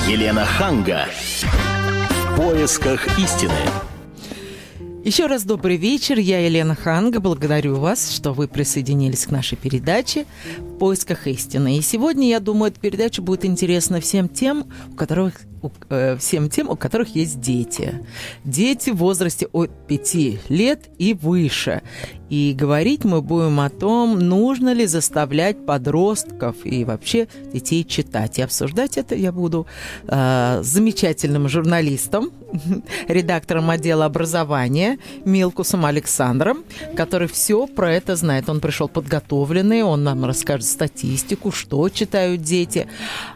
Елена Ханга. В поисках истины. Еще раз добрый вечер. Я Елена Ханга. Благодарю вас, что вы присоединились к нашей передаче «В поисках истины». И сегодня, я думаю, эта передача будет интересна всем тем, у которых есть дети. Дети в возрасте от 5 лет и выше. И говорить мы будем о том, нужно ли заставлять подростков и вообще детей читать. И обсуждать это я буду с замечательным журналистом, редактором отдела образования Милкусом Александром, который все про это знает. Он пришел подготовленный, он нам расскажет статистику, что читают дети,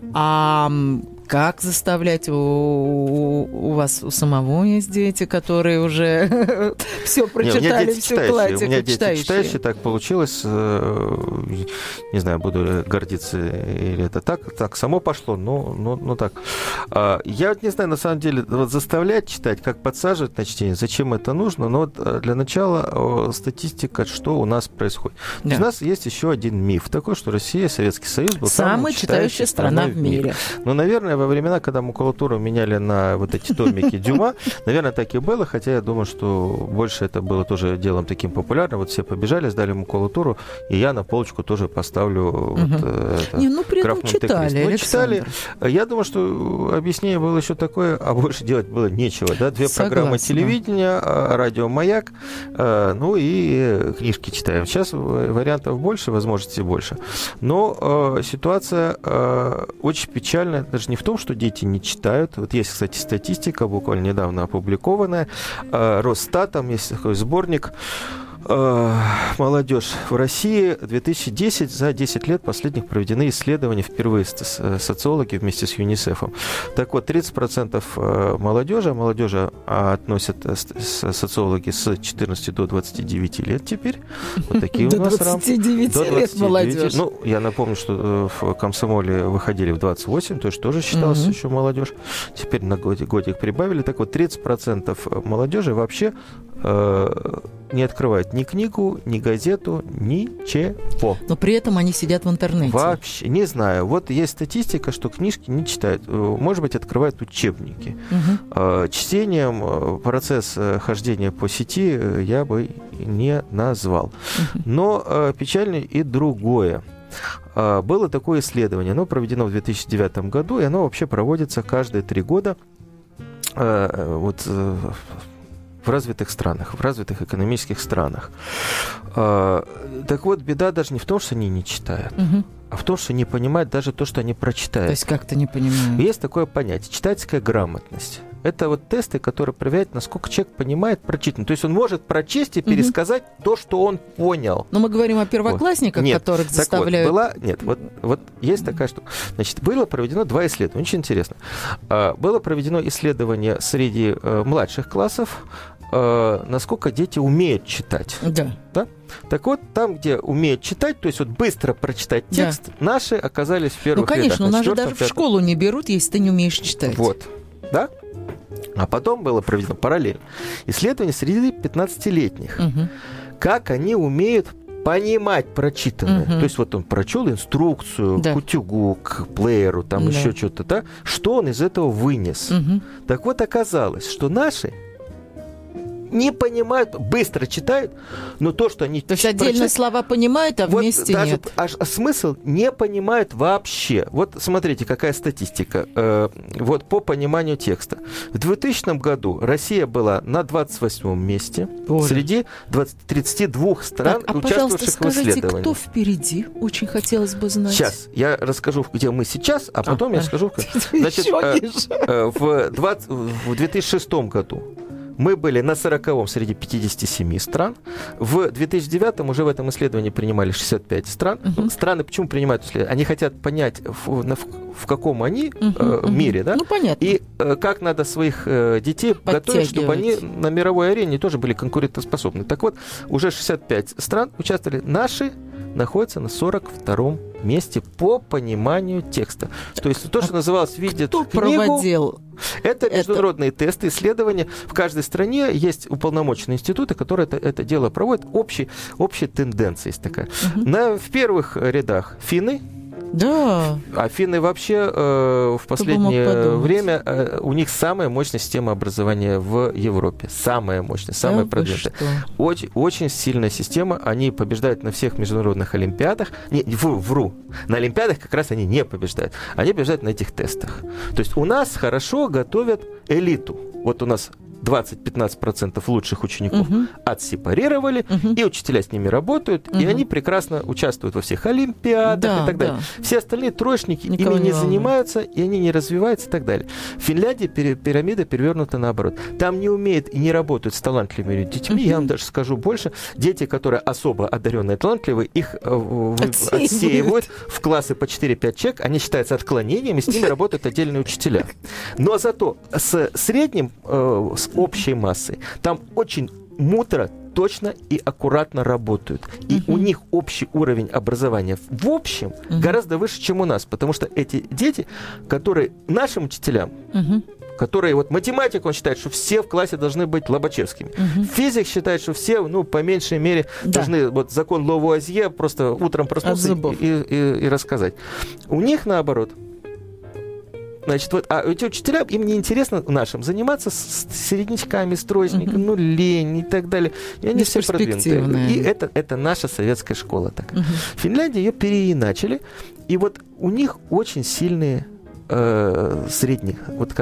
как заставлять? У вас у самого есть дети, которые уже все прочитали, все кладят. У меня дети читающие, так получилось. Не знаю, буду гордиться или это так само пошло, но так. Я не знаю, на самом деле, заставлять читать, как подсаживать на чтение, зачем это нужно, но для начала статистика, что у нас происходит. Да. У нас есть еще один миф такой, что Россия, Советский Союз был самой читающей страной в мире. Но, наверное, во времена, когда макулатуру меняли на вот эти томики Дюма, наверное, так и было, хотя я думаю, что больше это было тоже делом таким популярным. Вот все побежали, сдали макулатуру, и я на полочку тоже поставлю при этом читали. Я думаю, что объяснение было еще такое, а больше делать было нечего. Да? Две программы телевидения, радио «Маяк», и книжки читаем. Сейчас вариантов больше, возможностей больше. Но ситуация очень печальная, даже не в том, что дети не читают. Вот есть, кстати, статистика, буквально недавно опубликованная. Росстатом есть такой сборник «Молодежь в России 2010». За 10 лет последних проведены исследования впервые социологи вместе с ЮНИСЕФом. Так вот, 30% молодежи относят социологи с 14 до 29 лет теперь. Вот такие у нас рамки. До 29 лет молодежь. Я напомню, что в комсомоле выходили в 28, то есть тоже считалось еще молодежь. Теперь на годик прибавили. Так вот, 30% молодежи вообще не открывают ни книгу, ни газету, ничего. Но при этом они сидят в интернете. Вообще, не знаю. Вот есть статистика, что книжки не читают. Может быть, открывают учебники. Чтением процесс хождения по сети я бы не назвал. Но печально и другое. Было такое исследование, оно проведено в 2009 году, и оно вообще проводится каждые 3 года в развитых странах, в развитых экономических странах. Так вот, беда даже не в том, что они не читают, а в том, что не понимают даже то, что они прочитают. То есть как-то не понимают. Есть такое понятие — читательская грамотность. Это вот тесты, которые проверяют, насколько человек понимает прочитанное. То есть он может прочесть и пересказать то, что он понял. Но мы говорим о первоклассниках, которых заставляют... Вот есть такая штука. Значит, было проведено 2 исследования. Очень интересно. Было проведено исследование среди младших классов, насколько дети умеют читать. Да? Так вот, там, где умеют читать, то есть вот быстро прочитать текст, наши оказались в первых рядах. Ну, конечно, нас же даже в школу не берут, если ты не умеешь читать. Вот, да? А потом было проведено параллельно исследование среди 15-летних. Как они умеют понимать прочитанное. То есть вот он прочел инструкцию к утюгу, к плееру, там еще что-то, да? Что он из этого вынес? Так вот, оказалось, что наши не понимают, быстро читают, но то, что они... То есть отдельно слова понимают, а вместе даже нет. А смысл не понимают вообще. Вот смотрите, какая статистика. Вот по пониманию текста. В 2000 году Россия была на 28-м месте среди 32 стран, участвовавших в исследовании. Скажите, кто впереди? Очень хотелось бы знать. Сейчас. Я расскажу, где мы сейчас, а потом я скажу... Значит, в 2006 году мы были на 40-м среди 57 стран. В 2009-м уже в этом исследовании принимали 65 стран. Страны почему принимают исследование? Они хотят понять, в каком они мире, да? Ну, понятно. И как надо своих детей готовить, чтобы они на мировой арене тоже были конкурентоспособны. Так вот, уже 65 стран участвовали. Наши находятся на 42-м месте по пониманию текста. То есть то, что называлось «видит книгу», проводил? Это международные тесты, исследования. В каждой стране есть уполномоченные институты, которые это дело проводят. Общая тенденция есть такая. В первых рядах финны, Да. А финны вообще в последнее время, у них самая мощная система образования в Европе. Самая мощная, самая продвинутая. Очень, очень сильная система. Они побеждают на всех международных олимпиадах. Вру. На олимпиадах как раз они не побеждают. Они побеждают на этих тестах. То есть у нас хорошо готовят элиту. Вот у нас 20-15% лучших учеников отсепарировали, и учителя с ними работают, и они прекрасно участвуют во всех олимпиадах и так далее. Все остальные троечники ими не занимаются, и они не развиваются и так далее. В Финляндии пирамида перевернута наоборот. Там не умеют и не работают с талантливыми детьми. Я вам даже скажу больше. Дети, которые особо одаренные и талантливые, их отсеивают в классы по 4-5 человек, они считаются отклонением, и с ними работают отдельные учителя. Но зато с средним, с общей массой, там очень мудро, точно и аккуратно работают. И у них общий уровень образования в общем гораздо выше, чем у нас. Потому что эти дети, которые нашим учителям, которые вот математик, он считает, что все в классе должны быть Лобачевскими. Физик считает, что все, по меньшей мере, должны вот закон Лавуазье просто утром проснуться и рассказать. У них наоборот. Значит, вот, а эти учителя, им не интересно нашим заниматься с середнячками, с троечниками, лень и так далее. И они все продвинутые. И это наша советская школа такая. В Финляндии ее переиначили, и вот у них очень сильные средний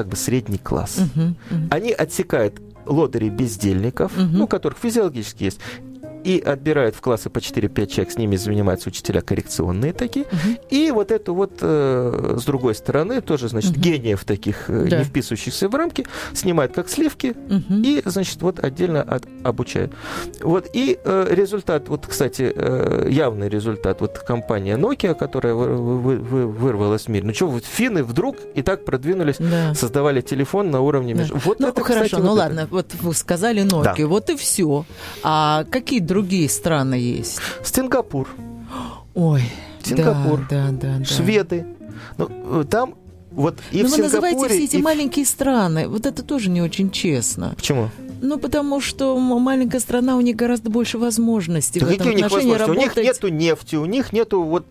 класс. Они отсекают лодырей бездельников, которых физиологически есть, и отбирают в классы по 4-5 человек, с ними занимаются учителя коррекционные такие. И вот эту вот, с другой стороны, тоже, значит, гениев таких, не вписывающихся в рамки, снимают как сливки и, значит, вот отдельно обучают. Вот, и результат, вот, кстати, явный результат, вот компания Nokia, которая вырвалась в мир. Ну что, вот финны вдруг и так продвинулись, создавали телефон на уровне... Вот это, хорошо, кстати, ладно, вот вы сказали Nokia, вот и все. А какие другие страны есть? Сингапур. Ой, Сингапур. Да. Шведы. Ну, там вот и в Сингапуре... вы называете все эти маленькие страны. Вот это тоже не очень честно. Почему? Ну, потому что маленькая страна, у них гораздо больше возможностей. Да в этом отношении работать. У них нету нефти, у них нету вот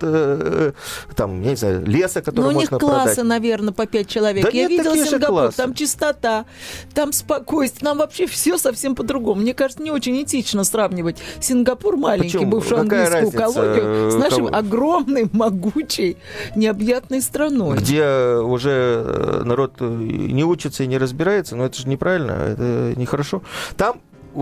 там, я не знаю, леса, который можно продать. Но у них классы, наверное, по 5 человек. Да я видела Сингапур, классы. Там чистота, там спокойствие, там вообще все совсем по-другому. Мне кажется, не очень этично сравнивать Сингапур маленький, бывшую английскую колонию, с нашей огромной, могучей, необъятной страной. Где уже народ не учится и не разбирается, но это же неправильно, это нехорошо. Там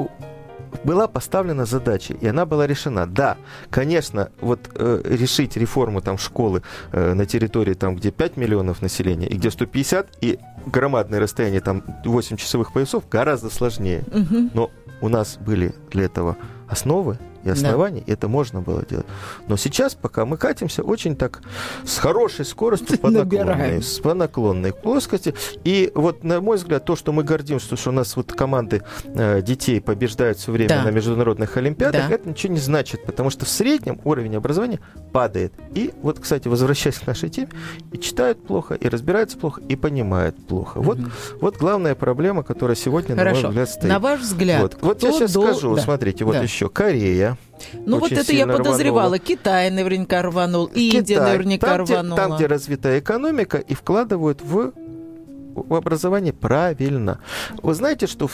была поставлена задача, и она была решена. Да, конечно, вот решить реформу там школы на территории, там, где 5 миллионов населения, и где 150, и громадное расстояние, там, 8 часовых поясов, гораздо сложнее. Но у нас были для этого основы и оснований, это можно было делать. Но сейчас, пока мы катимся, очень так с хорошей скоростью по наклонной плоскости. И вот, на мой взгляд, то, что мы гордимся, что у нас вот команды детей побеждают все время на международных олимпиадах, это ничего не значит, потому что в среднем уровень образования падает. И вот, кстати, возвращаясь к нашей теме, и читают плохо, и разбираются плохо, и понимают плохо. Вот главная проблема, которая сегодня, на мой взгляд, стоит. На ваш взгляд, вот я сейчас скажу, смотрите, вот еще Корея. Ну вот это я подозревала. Рванула. Китай наверняка рванул, Индия наверняка рванула. Там, где развитая экономика, и вкладывают в образование правильно. Вы знаете, что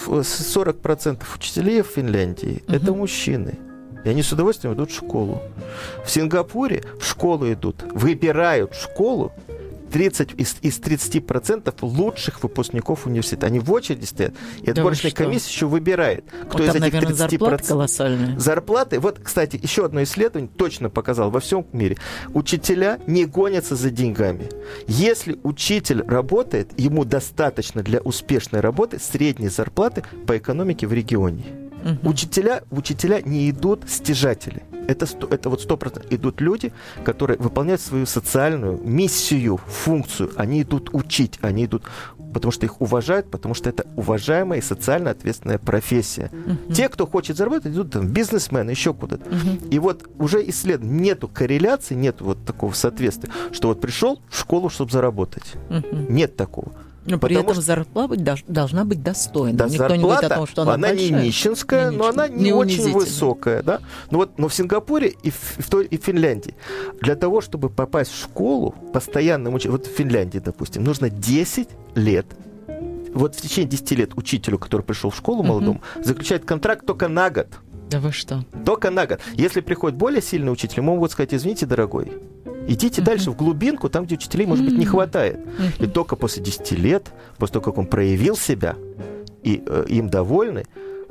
40% учителей в Финляндии это мужчины. И они с удовольствием идут в школу. В Сингапуре в школу идут, выбирают школу 30 из 30% лучших выпускников университета. Они в очереди стоят, и отборочная комиссия еще выбирает, кто из этих 30%. Зарплаты колоссальные. Зарплаты. Вот, кстати, еще одно исследование точно показало во всем мире. Учителя не гонятся за деньгами. Если учитель работает, ему достаточно для успешной работы средней зарплаты по экономике в регионе. Учителя не идут стяжатели. Это вот 100%. Идут люди, которые выполняют свою социальную миссию, функцию. Они идут учить, они идут, потому что их уважают, потому что это уважаемая и социально ответственная профессия. Те, кто хочет заработать, идут там бизнесмены, еще куда-то. И вот уже исследовано, нету корреляции, нету вот такого соответствия, что вот пришел в школу, чтобы заработать. Нет такого. Но при этом зарплата должна быть достойной. Да, никто не говорит о том, что она большая, не нищенская, но она не очень высокая. Да? Но в Сингапуре и в Финляндии для того, чтобы попасть в школу, постоянно учить, вот в Финляндии, допустим, нужно 10 лет. Вот в течение 10 лет учителю, который пришел в школу молодому, заключает контракт только на год. Да вы что? Только на год. Если приходит более сильный учитель, ему могут сказать: извините, дорогой, идите дальше в глубинку, там, где учителей, может быть, не хватает. И только после 10 лет, после того, как он проявил себя, и им довольны,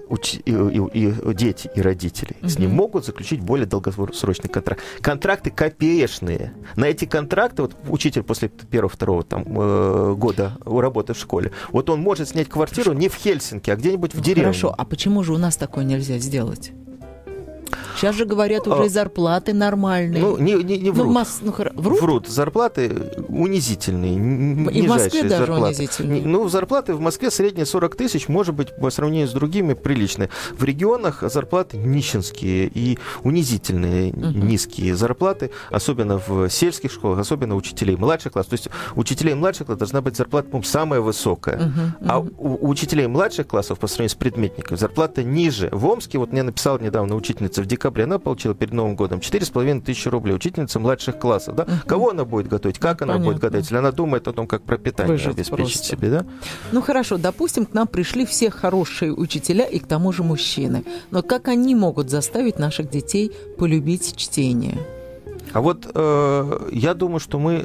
и дети, и родители с ним могут заключить более долгосрочный контракт. Контракты копеечные. На эти контракты, вот учитель после первого-второго года работы в школе, вот он может снять квартиру не в Хельсинки, а где-нибудь в деревне. Хорошо, а почему же у нас такое нельзя сделать? Сейчас же говорят, уже и зарплаты нормальные. Не врут. Врут? Врут. Зарплаты унизительные, и в Москве даже зарплаты. Унизительные. Зарплаты в Москве средние 40 тысяч, может быть, по сравнению с другими, приличные. В регионах зарплаты нищенские и унизительные, низкие зарплаты, особенно в сельских школах, особенно учителей младших классов. То есть у учителей младших классов должна быть зарплата, по-моему, самая высокая. А у учителей младших классов, по сравнению с предметниками, зарплата ниже. В Омске, вот мне написала недавно учительница в декабре, она получила перед Новым годом 4,5 тысячи рублей. Учительница младших классов. Да? Кого она будет готовить? Как она будет готовить? Если она думает о том, как пропитание обеспечить себе. Да? Ну хорошо, допустим, к нам пришли все хорошие учителя и к тому же мужчины. Но как они могут заставить наших детей полюбить чтение? А вот я думаю, что мы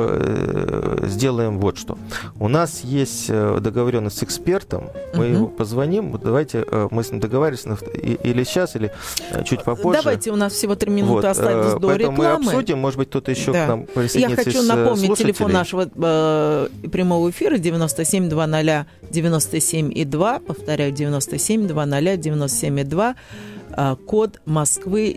сделаем вот что. У нас есть договоренность с экспертом, мы ему позвоним, давайте мы с ним договорились или сейчас, или чуть попозже. Давайте, у нас всего 3 минуты осталось до рекламы. Мы обсудим, может быть, кто-то еще к нам присоединится. Я хочу напомнить телефон нашего прямого эфира 97 00 97,2, повторяю, 97 00 97,2, код Москвы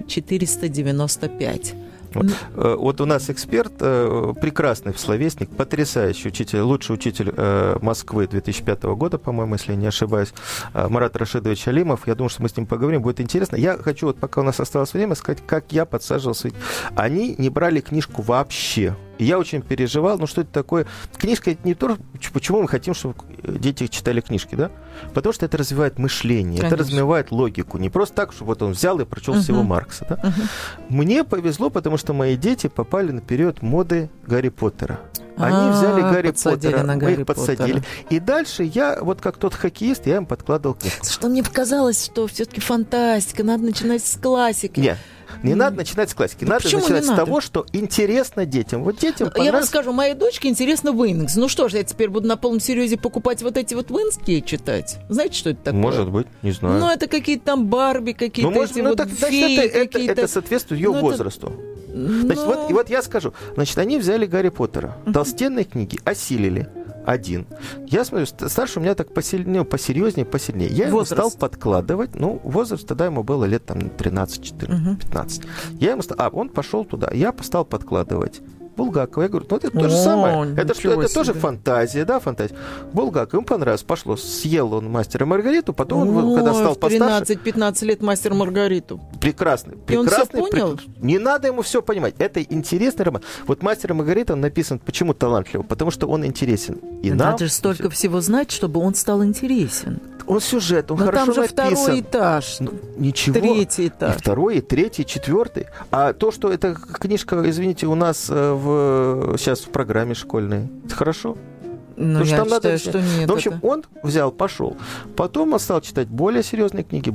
495. Вот у нас эксперт, прекрасный словесник, потрясающий учитель, лучший учитель Москвы 2005 года, по-моему, если я не ошибаюсь, Марат Рашидович Алимов. Я думаю, что мы с ним поговорим, будет интересно. Я хочу, вот пока у нас осталось время, сказать, как я подсаживался. Они не брали книжку вообще. И я очень переживал, что это такое. Книжка — это не то, почему мы хотим, чтобы дети читали книжки, да? Потому что это развивает мышление, это развивает логику. Не просто так, чтобы вот он взял и прочел всего Маркса. Да? Мне повезло, потому что мои дети попали на период моды Гарри Поттера. Они взяли Гарри Поттера, мы их подсадили. И дальше я, вот как тот хоккеист, я им подкладывал книжку. Что мне показалось, что все-таки фантастика, надо начинать с классики. Нет. Не надо начинать с классики. Надо начинать с того, что интересно детям. Вот детям понравилось. Я вам скажу, моей дочке интересно Уинкс. Ну что ж, я теперь буду на полном серьезе покупать вот эти вот Уинкские читать. Знаете, что это такое? Может быть, не знаю. Ну, это какие-то там Барби, какие-то феи какие-то. Это соответствует ее возрасту. Значит, вот я скажу. Значит, они взяли Гарри Поттера. Толстенные книги осилили. Один. Я смотрю, старше у меня так посерьезнее. Я ему стал подкладывать, возраст тогда ему было лет 13, 14, 15. Я ему он пошел туда, я стал подкладывать Булгакова. Я говорю, это то же самое. Это тоже фантазия, да, фантазия. Булгаков, ему понравилось, пошло. Съел он «Мастера и Маргариту», потом, когда стал постарше... 13-15 лет «Мастер и Маргариту». Прекрасный. И он все понял? Не надо ему все понимать. Это интересный роман. Вот «Мастер и Маргарита» он написан почему талантливо? Потому что он интересен. И надо же столько всего знать, чтобы он стал интересен. Он сюжет, он хорошо написан. Там же 2-й этаж. Ничего. 3-й этаж. И 2-й, 3-й, 4-й. А то, что эта книжка, извините, у нас сейчас в программе школьной, это хорошо? Ну, я считаю, что нет. В общем, он взял, пошел. Потом он стал читать более серьезные книги.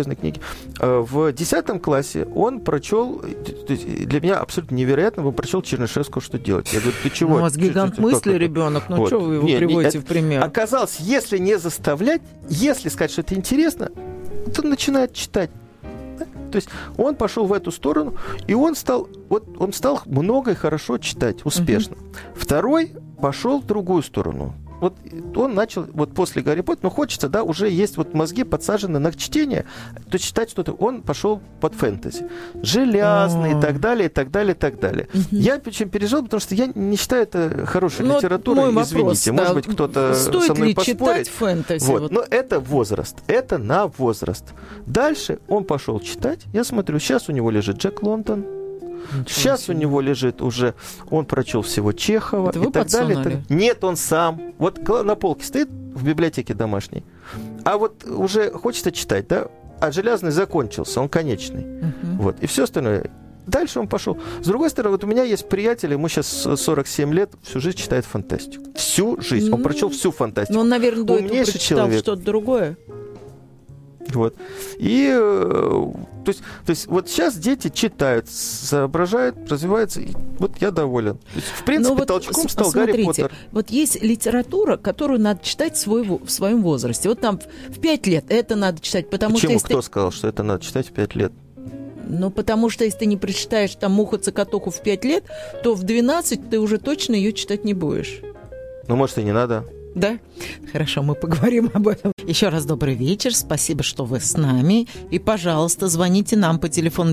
В 10 классе он прочел, для меня абсолютно невероятно, он прочел Чернышевского «Что делать?». Я говорю, ты чего? У вас гигант мысли, ребенок, что вы его приводите в пример? Оказалось, если не заставлять, если сказать, что это интересно, то он начинает читать. То есть он пошел в эту сторону, и он стал много и хорошо читать, успешно. Второй пошел в другую сторону. Вот он начал, вот после Гарри Поттера, хочется, да, уже есть вот мозги подсажены на чтение, то есть читать что-то. Он пошел под фэнтези. Железный и так далее, и так далее, и так далее. Я очень переживал, потому что я не считаю это хорошей литературой, извините. Может быть, кто-то со мной поспорит. Стоит ли читать фэнтези? Но это возраст, это на возраст. Дальше он пошел читать, я смотрю, сейчас у него лежит Джек Лондон, Сейчас у него лежит уже, он прочел всего Чехова и так далее. Нет, он сам. Вот на полке стоит в библиотеке домашней, а вот уже хочется читать, да? А «Железный» закончился, он конечный. Вот, и все остальное. Дальше он пошел. С другой стороны, вот у меня есть приятель, ему сейчас 47 лет, всю жизнь читает фантастику. Всю жизнь. Он прочел всю фантастику. Но он, наверное, до этого прочитал человек. Что-то другое. Вот. И то есть вот сейчас дети читают, соображают, развиваются. И вот я доволен. То есть, в принципе, вот толчком стал Гарри Поттер. Вот есть литература, которую надо читать в своем возрасте. Вот там в 5 лет это надо читать, потому Почему? что... Кто сказал, что это надо читать в 5 лет? Ну, потому что если ты не прочитаешь там «Муху-цокотуху» в 5 лет, то в 12 ты уже точно ее читать не будешь. Ну, может, и не надо. Да? Хорошо, мы поговорим об этом. Еще раз добрый вечер, спасибо, что вы с нами. И, пожалуйста, звоните нам по телефону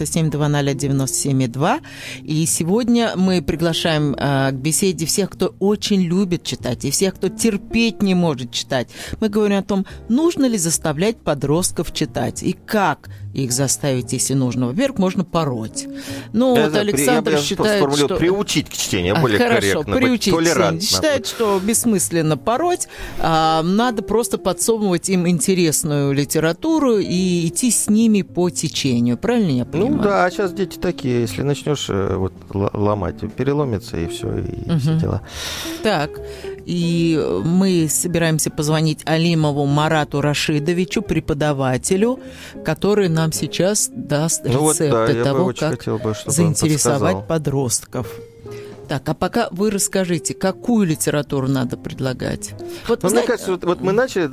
97-00-97-2. И сегодня мы приглашаем к беседе всех, кто очень любит читать, и всех, кто терпеть не может читать. Мы говорим о том, нужно ли заставлять подростков читать, и как их заставить, если нужно. Во-первых, можно пороть. Ну, вот Александр считает, что... приучить к чтению, более корректно. Хорошо, приучить. Считает, что бессмысленно пороть, надо просто подсовывать им интересную литературу и идти с ними по течению. Правильно я понимаю? Ну да, а сейчас дети такие, если начнешь вот ломать, переломится и все, и все дела. Так, и мы собираемся позвонить Алимову Марату Рашидовичу, преподавателю, который нам сейчас даст рецепты того, как заинтересовать подростков. Так, а пока вы расскажите, какую литературу надо предлагать? Вот, мне кажется, вот мы начали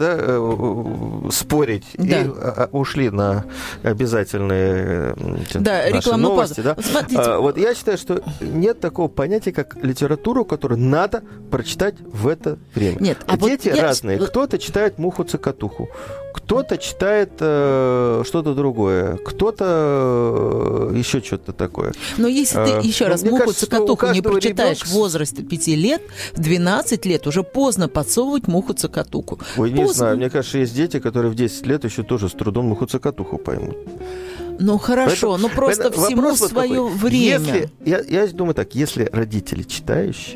спорить и ушли на обязательные наши новости. Да? Вот я считаю, что нет такого понятия, как литературу, которую надо прочитать в это время. Нет, дети разные. Кто-то читает «Муху-цокотуху», кто-то читает что-то другое, кто-то еще что-то такое. Но если ты еще раз «Муху-цокотуху» не прочитаешь в возрасте 5 лет, в 12 лет уже поздно подсовывать «Муху-цокотуху». Ой, не знаю, мне кажется, есть дети, которые в 10 лет еще тоже с трудом «Муху-цокотуху» поймут. Ну хорошо, но просто всему свое время. Я думаю так, если родители читающие,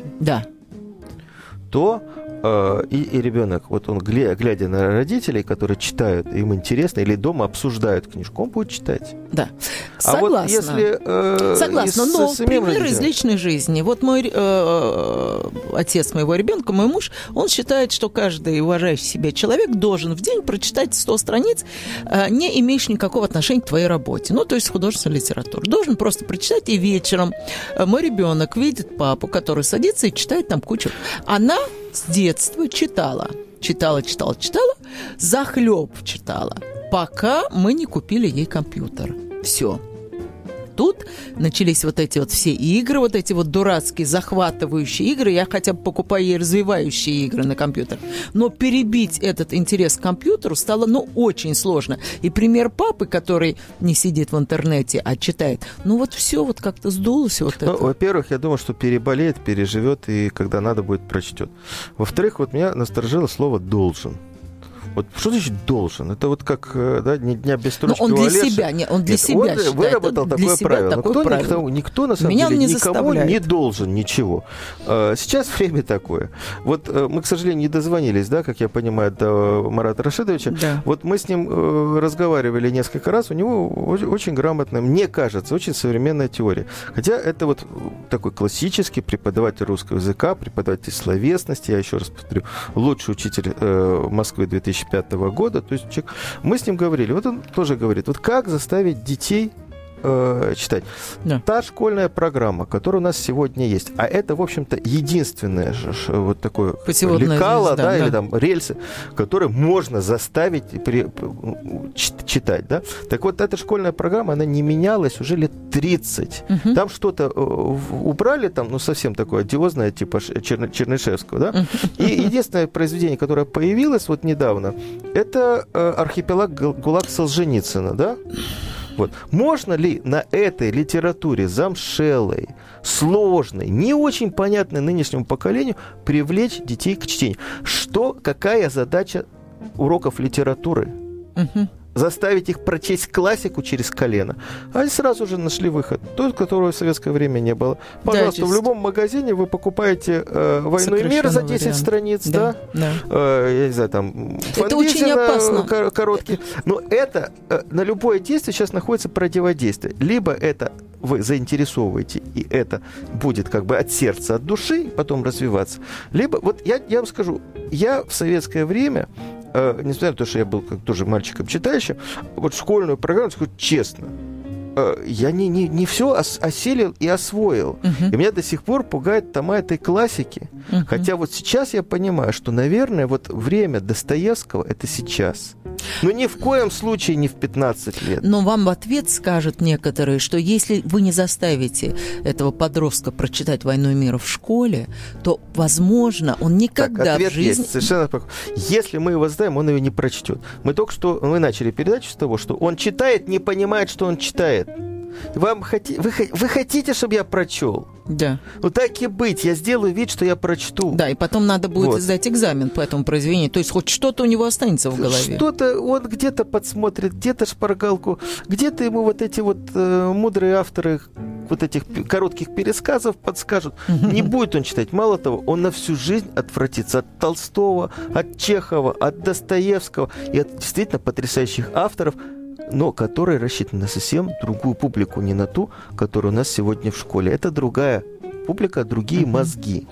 то и ребенок, вот он, глядя на родителей, которые читают, им интересно, или дома обсуждают книжку, он будет читать. Да, согласна. А вот если, согласна, но пример из личной жизни. Вот мой отец моего ребенка, мой муж, он считает, что каждый уважающий себя человек должен в день прочитать 100 страниц, не имеющих никакого отношения к твоей работе. Ну, то есть художественную литературу. Должен просто прочитать, и вечером мой ребенок видит папу, который садится и читает там кучу. Она с детства читала, захлеб читала, пока мы не купили ей компьютер. Все. Тут начались вот эти вот все игры, вот эти вот дурацкие захватывающие игры. Я хотя бы покупаю ей развивающие игры на компьютер. Но перебить этот интерес к компьютеру стало, очень сложно. И пример папы, который не сидит в интернете, а читает, вот все вот как-то сдулось вот это. Во-первых, я думаю, что переболеет, переживет, и когда надо будет, прочтет. Во-вторых, вот меня насторожило слово «должен». Вот что значит должен? Это вот как «Дня без строчки у Олеши». Он для себя считает. Выработал такое правило. Никто на самом деле никому не должен ничего. Сейчас время такое. Вот мы, к сожалению, не дозвонились, как я понимаю, до Марата Рашидовича. Да. Вот мы с ним разговаривали несколько раз. У него очень грамотная, мне кажется, очень современная теория. Хотя это вот такой классический преподаватель русского языка, преподаватель словесности. Я еще раз повторю, лучший учитель Москвы 2005 года, то есть человек, мы с ним говорили, вот он тоже говорит, вот как заставить детей читать. Да. Та школьная программа, которая у нас сегодня есть, а это, в общем-то, единственное вот такое лекало, или там рельсы, которые можно заставить читать, да. Так вот, эта школьная программа, она не менялась уже лет 30. Угу. Там что-то убрали, там, совсем такое одиозное, типа Чернышевского, да. И единственное произведение, которое появилось вот недавно, это «Архипелаг ГУЛАГ» Солженицына, да. Вот. Можно ли на этой литературе замшелой, сложной, не очень понятной нынешнему поколению привлечь детей к чтению? Какая задача уроков литературы? заставить их прочесть классику через колено. Они сразу же нашли выход, тот, которого в советское время не было. Пожалуйста, в любом магазине вы покупаете «Войну и мир» за 10 страниц, да? Я не знаю, там это очень опасно. Короткий. Но это на любое действие сейчас находится противодействие. Либо это вы заинтересовываете, и это будет как бы от сердца, от души, потом развиваться. Либо, вот я вам скажу, я в советское время, несмотря на то, что я был как тоже мальчиком читающим, вот школьную программу, скажу честно, я не все осилил и освоил. И меня до сих пор пугает тома этой классики. Хотя вот сейчас я понимаю, что, наверное, вот время Достоевского — это сейчас. Но ни в коем случае не в 15 лет. Но вам в ответ скажут некоторые, что если вы не заставите этого подростка прочитать «Войну и мир» в школе, то, возможно, он никогда ответ в жизни... Есть, совершенно. Если мы его заставим, он ее не прочтет. Мы только что начали передачу с того, что он читает, не понимает, что он читает. Вы хотите, чтобы я прочел? Да. Ну так и быть, я сделаю вид, что я прочту. Да, и потом надо будет сдать экзамен по этому произведению. То есть хоть что-то у него останется в голове. Что-то он где-то подсмотрит, где-то шпаргалку, где-то ему вот эти вот мудрые авторы вот этих коротких пересказов подскажут. Не будет он читать. Мало того, он на всю жизнь отвратится от Толстого, от Чехова, от Достоевского и от действительно потрясающих авторов, но которые рассчитаны на совсем другую публику, не на ту, которая у нас сегодня в школе. Это другая публика, другие мозги.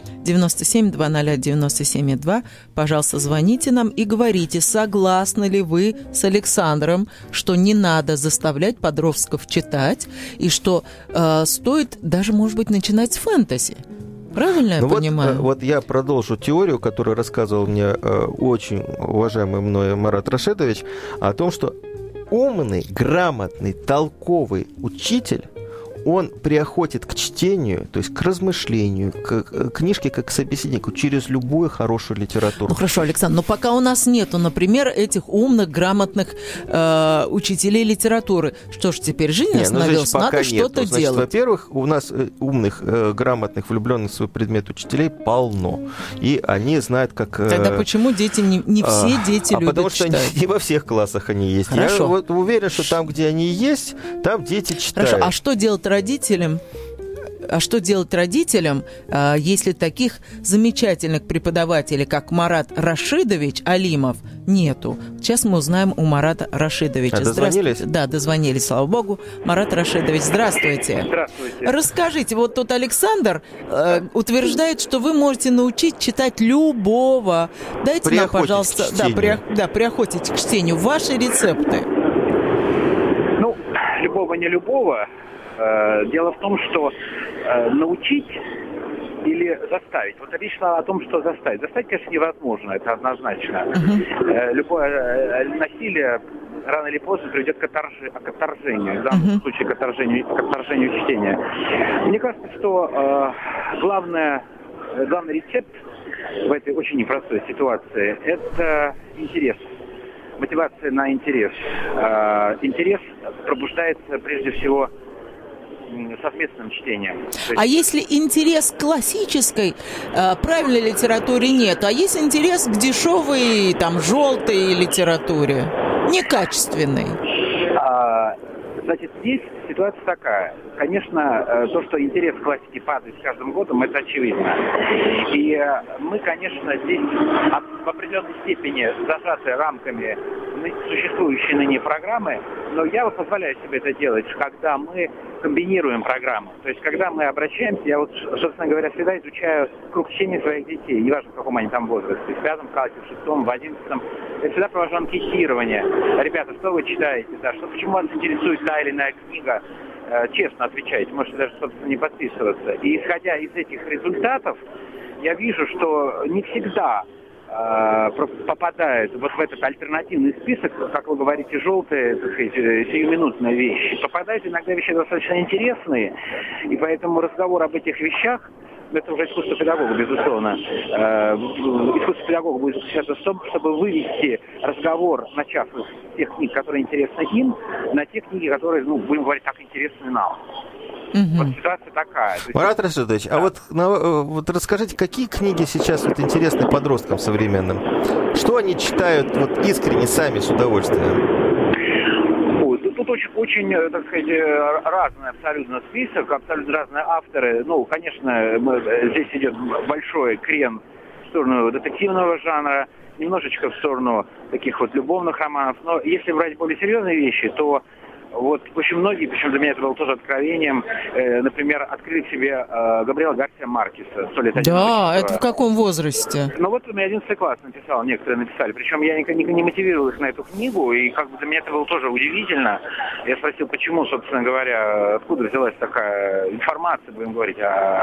97-201-97-2. Пожалуйста, звоните нам и говорите, согласны ли вы с Александром, что не надо заставлять подростков читать, и что стоит даже, может быть, начинать с фэнтези. Правильно я понимаю? Вот я продолжу теорию, которую рассказывал мне очень уважаемый мной Марат Рашидович, о том, что умный, грамотный, толковый учитель, он приохотит к чтению, то есть к размышлению, к книжке как к собеседнику через любую хорошую литературу. Ну хорошо, Александр, но пока у нас нету, например, этих умных, грамотных учителей литературы, что ж теперь жизнь остановилась, надо что-то делать. Во-первых, у нас умных, грамотных, влюбленных в свой предмет учителей полно, и они знают, как... Тогда почему дети, не все дети любят потому что читать? не во всех классах они есть. Хорошо. Я вот уверен, что там, где они есть, там дети читают. Хорошо, а что делать родителям? Если таких замечательных преподавателей, как Марат Рашидович Алимов, нету? Сейчас мы узнаем у Марата Рашидовича. Дозвонились? Да, дозвонились, слава богу. Марат Рашидович, здравствуйте. Здравствуйте. Расскажите, вот тут Александр утверждает, что вы можете научить читать любого. Дайте нам, пожалуйста, приохотить к чтению. Ваши рецепты. Ну, любого не любого. Дело в том, что научить или заставить. Вот речь шла о том, что заставить. Заставить, конечно, невозможно, это однозначно. Любое насилие рано или поздно приведет к отторжению, в данном случае к отторжению чтения. Мне кажется, что главный рецепт в этой очень непростой ситуации – это интерес. Мотивация на интерес. Интерес пробуждается прежде всего совместным чтением. А если интерес к классической, правильной литературе нет, а есть интерес к дешевой, там, желтой литературе, некачественной? Значит, здесь ситуация такая. Конечно, то, что интерес к классике падает с каждым годом, это очевидно. И мы, конечно, здесь в определенной степени зажаты рамками существующей ныне программы, но я вот позволяю себе это делать, когда мы комбинируем программу. То есть, когда мы обращаемся, я вот, собственно говоря, всегда изучаю круг чтения своих детей, неважно, в каком они там возрасте, в 5 классе, в 6, в 11. Я всегда провожу анкетирование. Ребята, что вы читаете? Да, почему вас интересует та или иная книга? Честно отвечайте, можете даже, собственно, не подписываться. И исходя из этих результатов, я вижу, что не всегда попадают вот в этот альтернативный список, как вы говорите, желтые, так сказать, сиюминутные вещи. Попадают иногда вещи достаточно интересные, и поэтому разговор об этих вещах, это уже искусство педагога, безусловно. Искусство педагога будет заключаться в том, чтобы вывести разговор, начав с тех книг, которые интересны им, на те книги, которые, будем говорить, так интересны нам. Вот ситуация такая. Марат Рашидович, да. А вот расскажите, какие книги сейчас интересны подросткам современным? Что они читают искренне сами с удовольствием? тут очень, так сказать, разный абсолютно список, абсолютно разные авторы. Ну, конечно, здесь идет большой крен в сторону детективного жанра, немножечко в сторону таких вот любовных романов. Но если брать более серьезные вещи, то вот очень многие, причем для меня это было тоже откровением, например, открыли в себе Габриэла Гарсия Маркеса «100 лет одиночества». Да, это в каком возрасте? Ну вот у меня 11 класс написал, некоторые написали. Причем я не мотивировал их на эту книгу, и как бы для меня это было тоже удивительно. Я спросил, почему, собственно говоря, откуда взялась такая информация, будем говорить,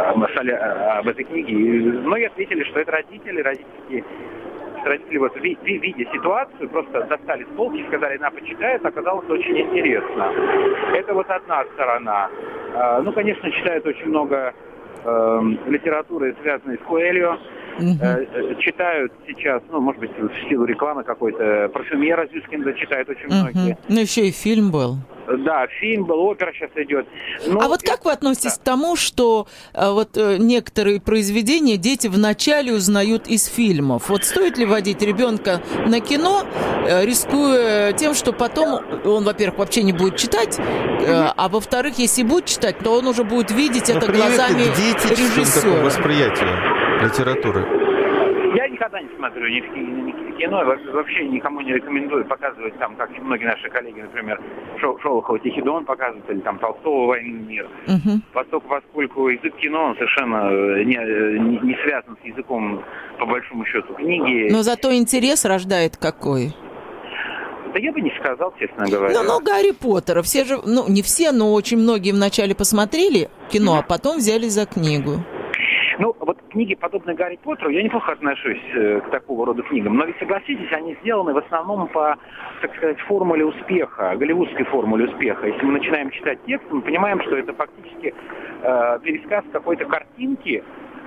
об этой книге. И многие ответили, что это родители вот видя ситуацию, просто достали с полки, сказали, на, почитай, это оказалось очень интересно. Это вот одна сторона. Ну, конечно, читают очень много литературы, связанной с Коэльо. Читают сейчас, ну, может быть, в силу рекламы какой-то, парфюмера Зюскинда читают очень многие. Ну, еще и фильм был. Да, фильм был, опера сейчас идет. Но... А вот как вы относитесь к тому, что вот некоторые произведения дети вначале узнают из фильмов? Вот стоит ли водить ребенка на кино, рискуя тем, что потом он, во-первых, вообще не будет читать, а во-вторых, если будет читать, то он уже будет видеть это глазами режиссера. Восприятие литературы. Я никогда не смотрю ни кино, вообще никому не рекомендую показывать там, как и многие наши коллеги, например, Шолохова «Тихий Дон» показывают, или там Толстого «Войну и мир». Поскольку язык кино, он совершенно не связан с языком, по большому счету, книги. Но зато интерес рождает какой? Да я бы не сказал, честно говоря. Ну, Гарри Поттера. Все же, ну, не все, но очень многие вначале посмотрели кино, а потом взялись за книгу. Ну, вот книги, подобные Гарри Поттеру, я неплохо отношусь к такого рода книгам. Но ведь, согласитесь, они сделаны в основном по, так сказать, формуле успеха, голливудской формуле успеха. Если мы начинаем читать текст, мы понимаем, что это фактически пересказ какой-то картинки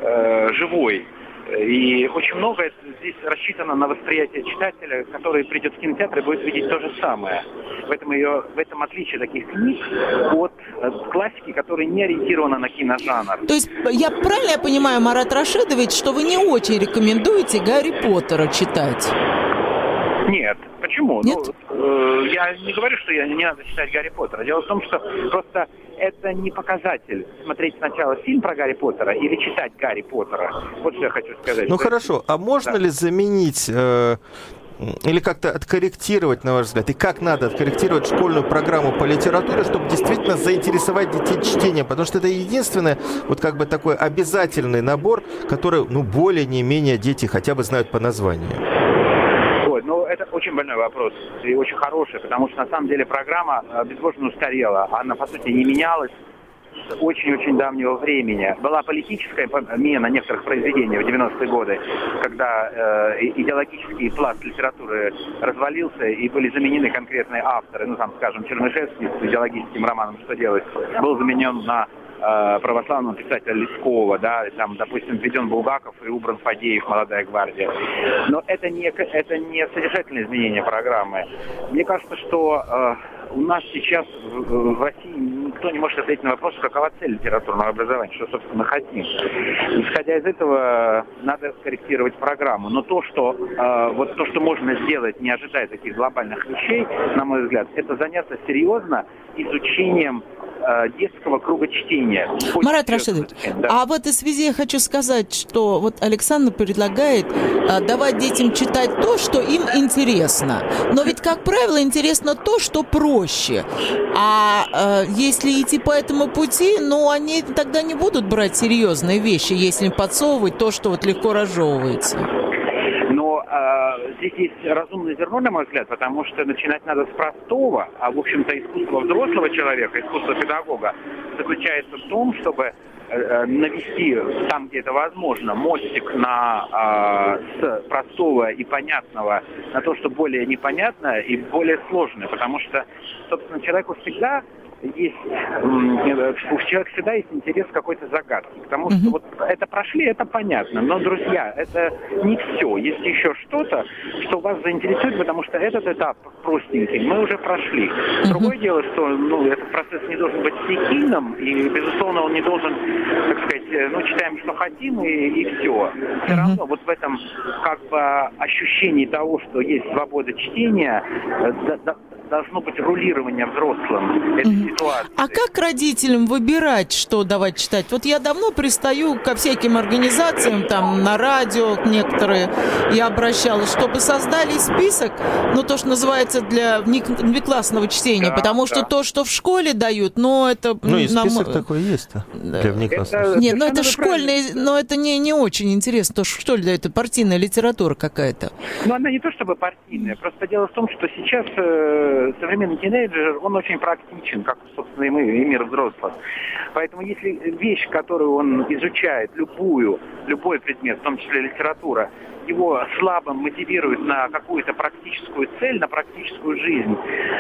живой. И очень много здесь рассчитано на восприятие читателя, который придет в кинотеатр и будет видеть то же самое. В этом отличие таких книг от классики, которая не ориентирована на киножанр. То есть я правильно понимаю, Марат Рашидович, что вы не очень рекомендуете Гарри Поттера читать? Нет. Почему? Нет? Ну, я не говорю, что не надо читать Гарри Поттера. Дело в том, что просто это не показатель смотреть сначала фильм про Гарри Поттера или читать Гарри Поттера. Вот что я хочу сказать. Ну хорошо, а можно ли заменить или как-то откорректировать, на ваш взгляд, и как надо откорректировать школьную программу по литературе, чтобы действительно заинтересовать детей чтением? Потому что это единственный вот как бы такой обязательный набор, который, ну, более-не-менее дети хотя бы знают по названию. Это очень больной вопрос и очень хороший, потому что на самом деле программа безбожно устарела. Она, по сути, не менялась с очень-очень давнего времени. Была политическая мена некоторых произведений в 90-е годы, когда идеологический пласт литературы развалился и были заменены конкретные авторы. Ну, там, скажем, Чернышевский с идеологическим романом «Что делать?» был заменен на православного писателя Лескова, да, там, допустим, введен Булгаков и убран Фадеев, «Молодая гвардия». Но это не содержательное изменение программы. Мне кажется, что у нас сейчас в России никто не может ответить на вопрос, какова цель литературного образования, что, собственно, мы хотим. Исходя из этого, надо корректировать программу. Но то, что можно сделать, не ожидая таких глобальных вещей, на мой взгляд, это заняться серьезно изучением детского круга чтения. Марат Рашидович, да. А в этой связи я хочу сказать, что вот Александр предлагает давать детям читать то, что им интересно. Но ведь, как правило, интересно то, что проще. А если идти по этому пути, ну, они тогда не будут брать серьезные вещи, если им подсовывать то, что вот легко разжевывается. Здесь есть разумное зерно, на мой взгляд, потому что начинать надо с простого, а, в общем-то, искусство взрослого человека, искусство педагога заключается в том, чтобы навести там, где это возможно, мостик с простого и понятного на то, что более непонятно и более сложное, потому что, собственно, человеку всегда есть, у человека всегда есть интерес к какой-то загадке, потому что вот это прошли, это понятно, но, друзья, это не все, есть еще что-то, что вас заинтересует, потому что этот этап простенький мы уже прошли. Другое дело, что этот процесс не должен быть стихийным, и, безусловно, он не должен, так сказать, читаем, что хотим, и все. Все равно вот в этом как бы ощущении того, что есть свобода чтения, должно быть рулирование взрослым этой ситуации. А как родителям выбирать, что давать читать? Вот я давно пристаю ко всяким организациям, там на радио некоторые, я обращалась, чтобы создали список, ну то, что называется для внеклассного чтения, Да, потому что то, что в школе дают, но это... Ну и список такой есть для внеклассного. Нет, ну это школьный, но это не очень интересно, то, что ли, это партийная литература какая-то. Ну, она не то чтобы партийная, просто дело в том, что сейчас современный тинейджер, он очень практичен, как, собственно, и мы, и мир взрослых. Поэтому если вещь, которую он изучает, любой предмет, в том числе литература, его слабо мотивирует на какую-то практическую цель, на практическую жизнь,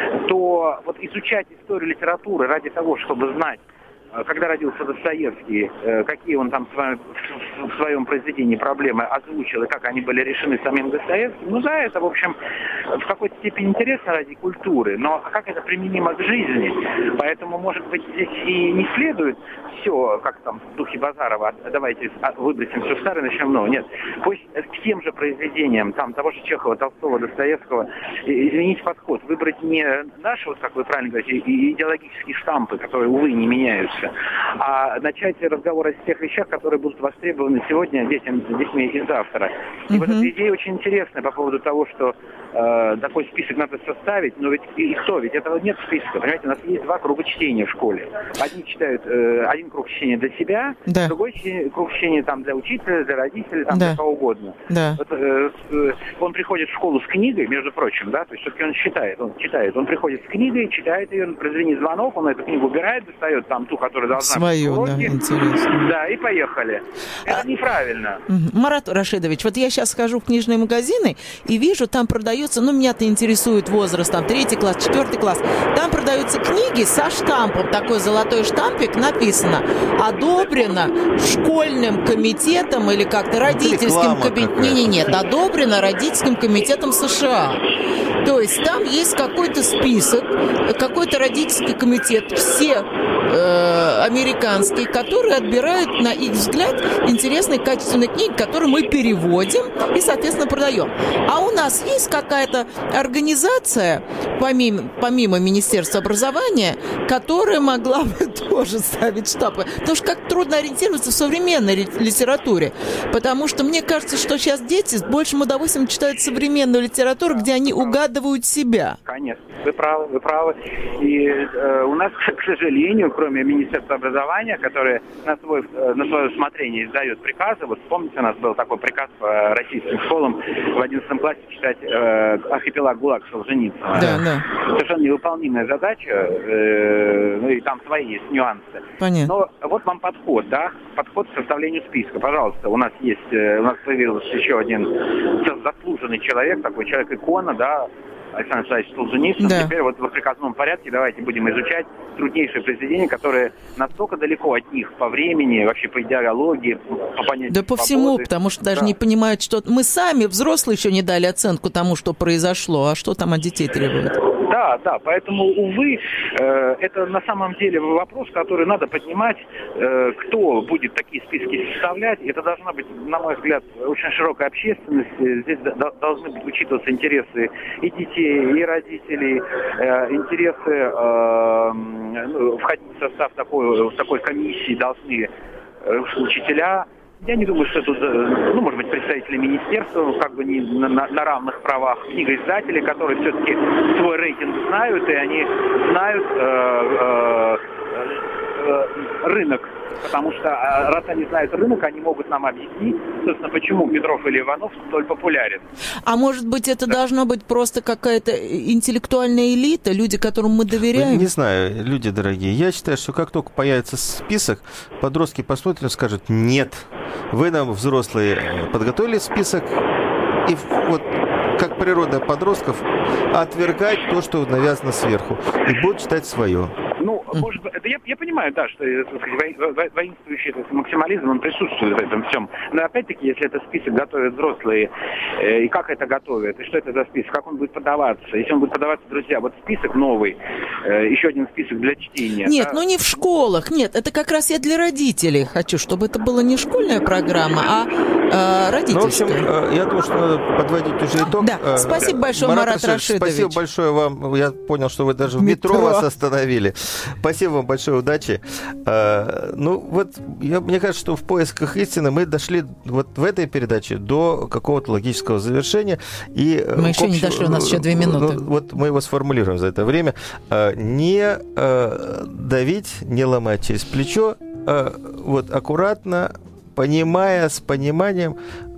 то вот изучать историю литературы ради того, чтобы знать, когда родился Достоевский, какие он там в своем произведении проблемы озвучил и как они были решены самим Достоевским, ну да, это, в общем, в какой-то степени интересно ради культуры, но как это применимо к жизни? Поэтому, может быть, здесь и не следует все, как там в духе Базарова, давайте выбросим все старое, начнем новое. Нет, пусть к тем же произведениям, там, того же Чехова, Толстого, Достоевского, изменить подход, выбрать не наши, вот как вы правильно говорите, идеологические штампы, которые, увы, не меняются, а начать разговор о тех вещах, которые будут востребованы сегодня детьми и завтра. И вот эта идея очень интересная по поводу того, что такой список надо составить, но ведь и кто? Ведь этого нет списка. Понимаете, у нас есть 2 круга чтения в школе. Одни читают один круг чтения для себя, да. Другой круг чтения там для учителя, для родителей, там, для кого угодно. Да. Вот, он приходит в школу с книгой, между прочим, да, то есть все-таки он читает. Он приходит с книгой, читает ее, прозвенит звонок, он эту книгу убирает, достает там ту, которая должна свою, быть в уроке. Да, интересно. Да, и поехали. Это неправильно. Марат Рашидович, вот я сейчас схожу в книжные магазины и вижу, там продаются, ну, меня-то интересует возраст, там, 3 класс, 4 класс, там продаются книги со штампом, такой золотой штампик, написано, одобрено школьным комитетом или как-то родительским комитетом, нет, одобрено родительским комитетом США. То есть там есть какой-то список, какой-то родительский комитет, все американские, которые отбирают, на их взгляд, интересные, качественные книги, которые мы переводим и, соответственно, продаем. А у нас есть какая-то организация, помимо Министерства образования, которая могла бы тоже ставить штампы. Потому что как трудно ориентироваться в современной литературе. Потому что мне кажется, что сейчас дети с большим удовольствием читают современную литературу, где они угадывают себя. Конечно, вы правы. И у нас, к сожалению, кроме Министерства образования, которое на свое усмотрение издает приказы, вот вспомните, у нас был такой приказ по российским школам в 11 классе читать «Архипелаг ГУЛАГ» Солженицына. Да. Совершенно невыполнимая задача, ну и там свои есть нюансы. Понятно. Но вот вам подход, да? Подход к составлению списка. Пожалуйста, у нас появился еще один заслуженный человек, такой человек-икона, да, Александр Александрович Солженицын. Да. Теперь вот в приказном порядке давайте будем изучать труднейшие произведения, которые настолько далеко от них по времени, вообще по идеологии, по понятию да по свободы. всему, потому что даже не понимают, что... Мы сами, взрослые, еще не дали оценку тому, что произошло, а что там от детей требуют. Да, поэтому, увы, это на самом деле вопрос, который надо поднимать, кто будет такие списки составлять. Это должна быть, на мой взгляд, очень широкая общественность. Здесь должны учитываться интересы и детей, и родителей, интересы входить в состав такой комиссии должны учителя. Я не думаю, что тут, может быть, представители министерства, как бы не на равных правах, книгоиздатели, которые все-таки свой рейтинг знают, и они знают рынок. Потому что, раз они знают рынок, они могут нам объяснить, собственно, почему Петров или Иванов столь популярен. А может быть, это должно быть просто какая-то интеллектуальная элита, люди, которым мы доверяем? Не знаю, люди дорогие. Я считаю, что как только появится список, подростки посмотрят и скажут: нет, вы нам, взрослые, подготовили список, и вот как природа подростков отвергать то, что навязано сверху, и будут читать свое. Может быть, я понимаю, да, что, так сказать, воинствующий этот максимализм, он присутствует в этом всем. Но опять-таки, если этот список готовят взрослые, и как это готовят, и что это за список, как он будет подаваться, если он будет подаваться, друзья, вот список новый, еще один список для чтения. Нет, не в школах, нет, это как раз я для родителей хочу, чтобы это была не школьная программа, а родительская. Ну, в общем, я думаю, что надо подводить уже итог. Да, спасибо большое, Марат Рашидович. Спасибо большое вам. Я понял, что вы даже в метро вас остановили. Спасибо вам большое, удачи. Ну, вот, мне кажется, что в поисках истины мы дошли вот в этой передаче до какого-то логического завершения. И мы еще не дошли, у нас еще 2 минуты. Вот мы его сформулируем за это время. Не давить, не ломать через плечо, вот аккуратно, понимая, с пониманием,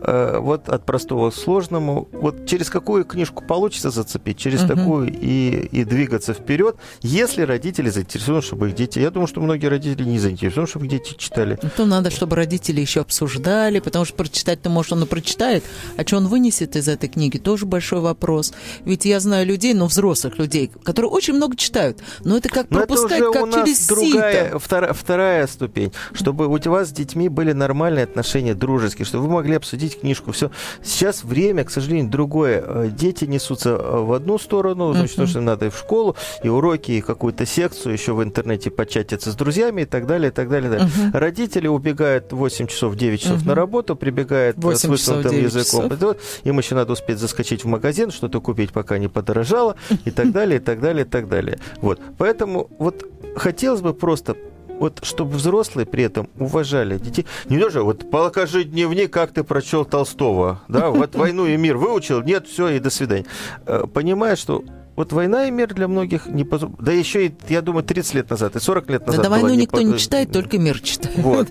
вот от простого к сложному, вот через какую книжку получится зацепить, через такую и двигаться вперед, если родители заинтересованы, чтобы их дети... Я думаю, что многие родители не заинтересованы, чтобы их дети читали. То надо, чтобы родители еще обсуждали, потому что прочитать-то, может, он и прочитает, а что он вынесет из этой книги, тоже большой вопрос. Ведь я знаю людей, взрослых людей, которые очень много читают, но это как пропускать, это как через сито. Вторая ступень, чтобы у вас с детьми были нормальные отношения, дружеские, чтобы вы могли обсудить книжку. Все. Сейчас время, к сожалению, другое. Дети несутся в одну сторону, значит, потому что им надо и в школу, и уроки, и какую-то секцию, еще в интернете початиться с друзьями и так далее, и так далее. Родители убегают 8 часов, 9 часов на работу, прибегают с высунутым языком. Им еще надо успеть заскочить в магазин, что-то купить, пока не подорожало, и так далее, и так далее, и так далее. Вот. Поэтому вот хотелось бы просто чтобы взрослые при этом уважали детей. Не даже покажи дневник, как ты прочел Толстого. Да, «Войну и мир» выучил, нет, все, и до свидания. Понимая, что «Война и мир» для многих не позволит. Да еще и, я думаю, 30 лет назад и 40 лет назад. Да, «Войну» никто не читает, только «Мир» читает. Вот.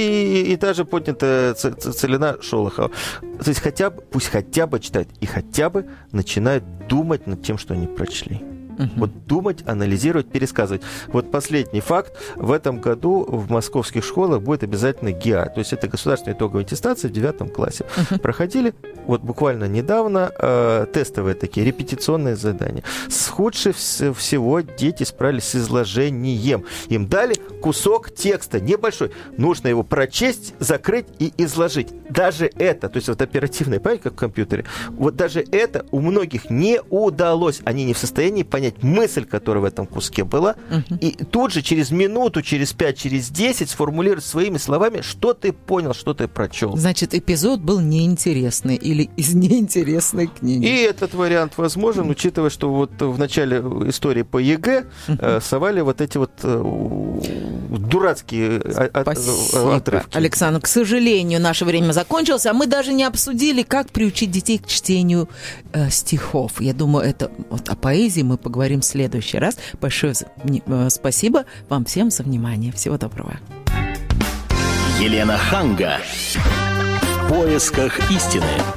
И та же поднятая целина Шолохова. То есть пусть хотя бы читают и хотя бы начинают думать над тем, что они прочли. Думать, анализировать, пересказывать. Последний факт. В этом году в московских школах будет обязательно ГИА. То есть это государственная итоговая аттестация в 9 классе. Проходили буквально недавно тестовые такие репетиционные задания. Худше всего дети справились с изложением. Им дали кусок текста небольшой. Нужно его прочесть, закрыть и изложить. Даже это, то есть оперативная память, как в компьютере, даже это у многих не удалось. Они не в состоянии понять мысль, которая в этом куске была, и тут же через минуту, через 5, через 10 сформулировать своими словами, что ты понял, что ты прочел. Значит, эпизод был неинтересный или из неинтересной книги. И этот вариант возможен, учитывая, что в начале истории по ЕГЭ совали эти дурацкие отрывки. Александр, к сожалению, наше время закончилось, а мы даже не обсудили, как приучить детей к чтению стихов. Я думаю, это о поэзии мы поговорим в следующий раз. Большое спасибо вам всем за внимание. Всего доброго. Елена Ханга. В поисках истины.